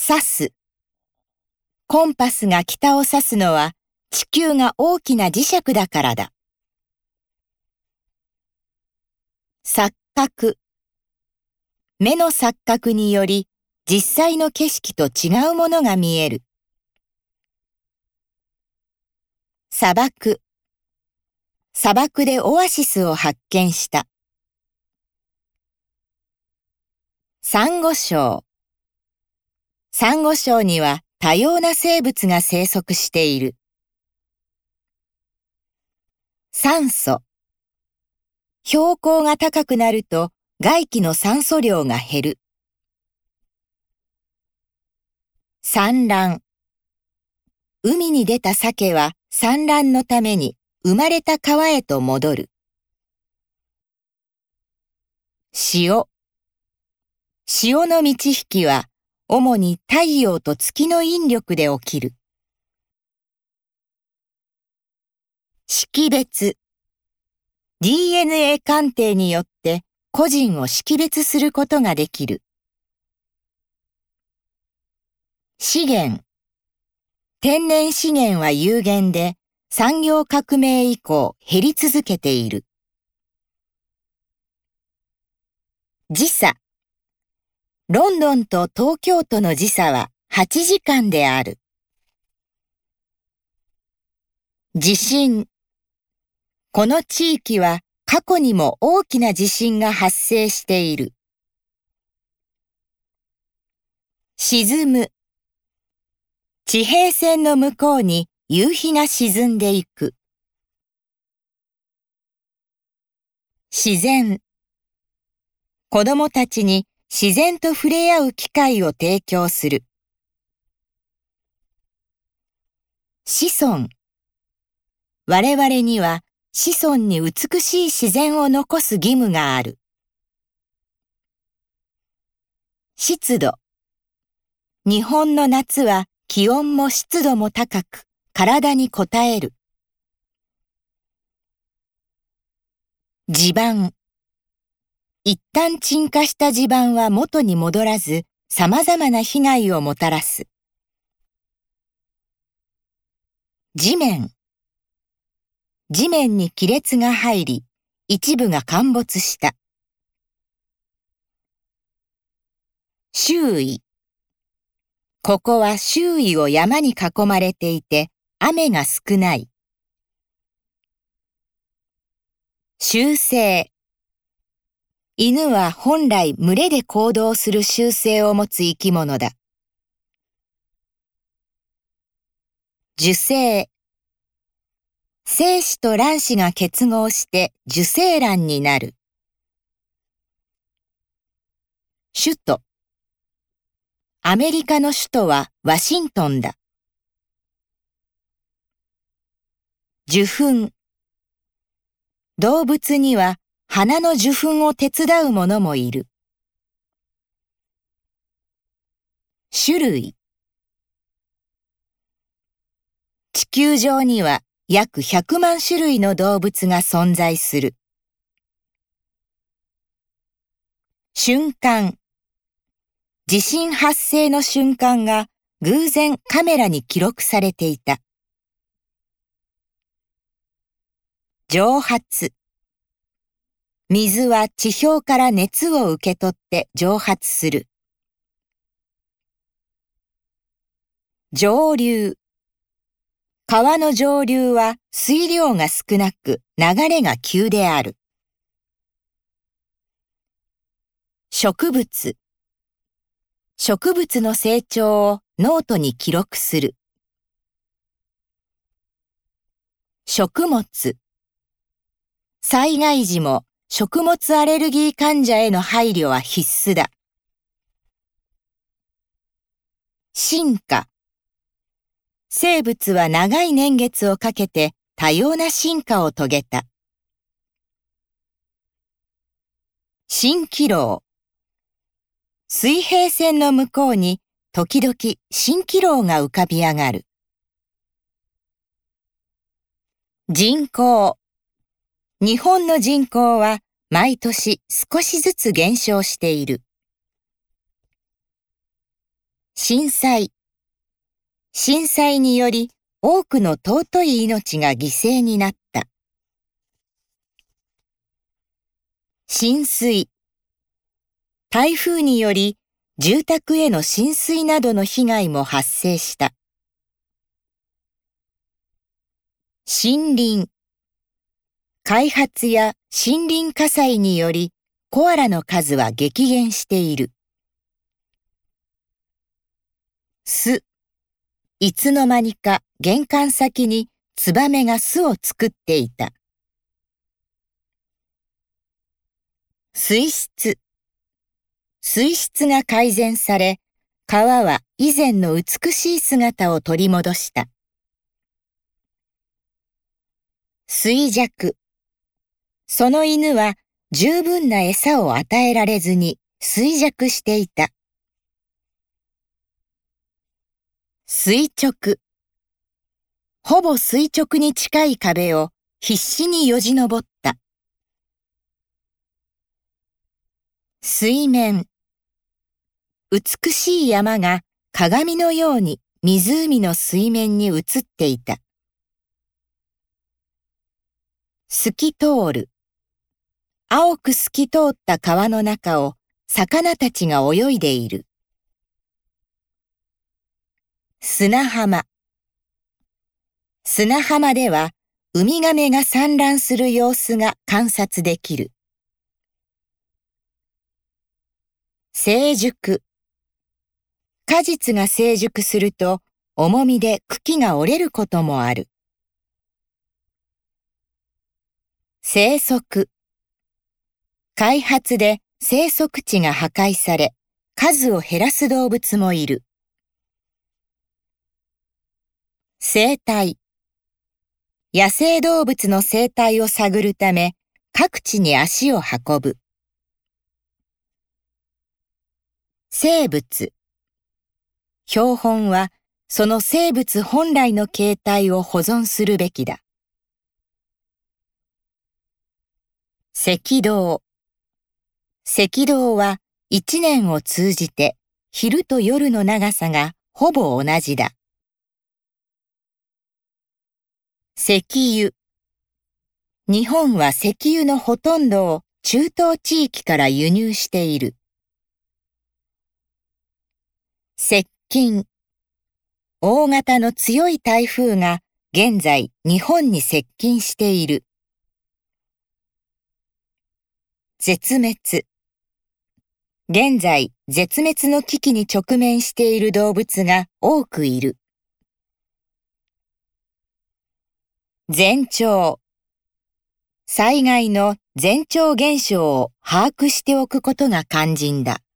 指す。コンパスが北を指すのは地球が大きな磁石だからだ。錯覚。目の錯覚により実際の景色と違うものが見える。砂漠。砂漠でオアシスを発見した。サンゴ礁。サンゴ礁には多様な生物が生息している。酸素。標高が高くなると外気の酸素量が減る。産卵。海に出た鮭は産卵のために生まれた川へと戻る。潮。潮の満ち引きは主に太陽と月の引力で起きる。識別。DNA 鑑定によって個人を識別することができる。資源。天然資源は有限で産業革命以降減り続けている。時差。ロンドンと東京都の時差は8時間である。地震。この地域は過去にも大きな地震が発生している。沈む。地平線の向こうに夕日が沈んでいく。自然。子供たちに自然と触れ合う機会を提供する。子孫。我々には子孫に美しい自然を残す義務がある。湿度。日本の夏は気温も湿度も高く、体にこたえる。地盤。一旦沈下した地盤は元に戻らず、様々な被害をもたらす。地面。地面に亀裂が入り、一部が陥没した。周囲。ここは周囲を山に囲まれていて、雨が少ない。習性。犬は本来群れで行動する習性を持つ生き物だ。受精。精子と卵子が結合して受精卵になる。首都。アメリカの首都はワシントンだ。受粉。動物には花の受粉を手伝う者もいる。種類。地球上には約100万種類の動物が存在する。瞬間。地震発生の瞬間が偶然カメラに記録されていた。蒸発。水は地表から熱を受け取って蒸発する。上流。川の上流は水量が少なく流れが急である。植物。植物の成長をノートに記録する。食物。災害時も食物アレルギー患者への配慮は必須だ。進化。生物は長い年月をかけて多様な進化を遂げた。蜃気楼。水平線の向こうに時々蜃気楼が浮かび上がる。人口。日本の人口は毎年少しずつ減少している。 震災。震災により多くの尊い命が犠牲になった。浸水。台風により住宅への浸水などの被害も発生した。森林。開発や森林火災によりコアラの数は激減している。巣。いつの間にか玄関先にツバメが巣を作っていた。水質。水質が改善され、川は以前の美しい姿を取り戻した。衰弱。その犬は十分な餌を与えられずに衰弱していた。垂直。ほぼ垂直に近い壁を必死によじ登った。水面。美しい山が鏡のように湖の水面に映っていた。透き通る。青く透き通った川の中を魚たちが泳いでいる。砂浜。砂浜ではウミガメが産卵する様子が観察できる。成熟。果実が成熟すると重みで茎が折れることもある。生息。開発で生息地が破壊され、数を減らす動物もいる。生態。野生動物の生態を探るため、各地に足を運ぶ。生物。標本はその生物本来の形態を保存するべきだ。赤道。赤道は一年を通じて昼と夜の長さがほぼ同じだ。石油。日本は石油のほとんどを中東地域から輸入している。接近。大型の強い台風が現在日本に接近している。絶滅。現在、絶滅の危機に直面している動物が多くいる。前兆。災害の前兆現象を把握しておくことが肝心だ。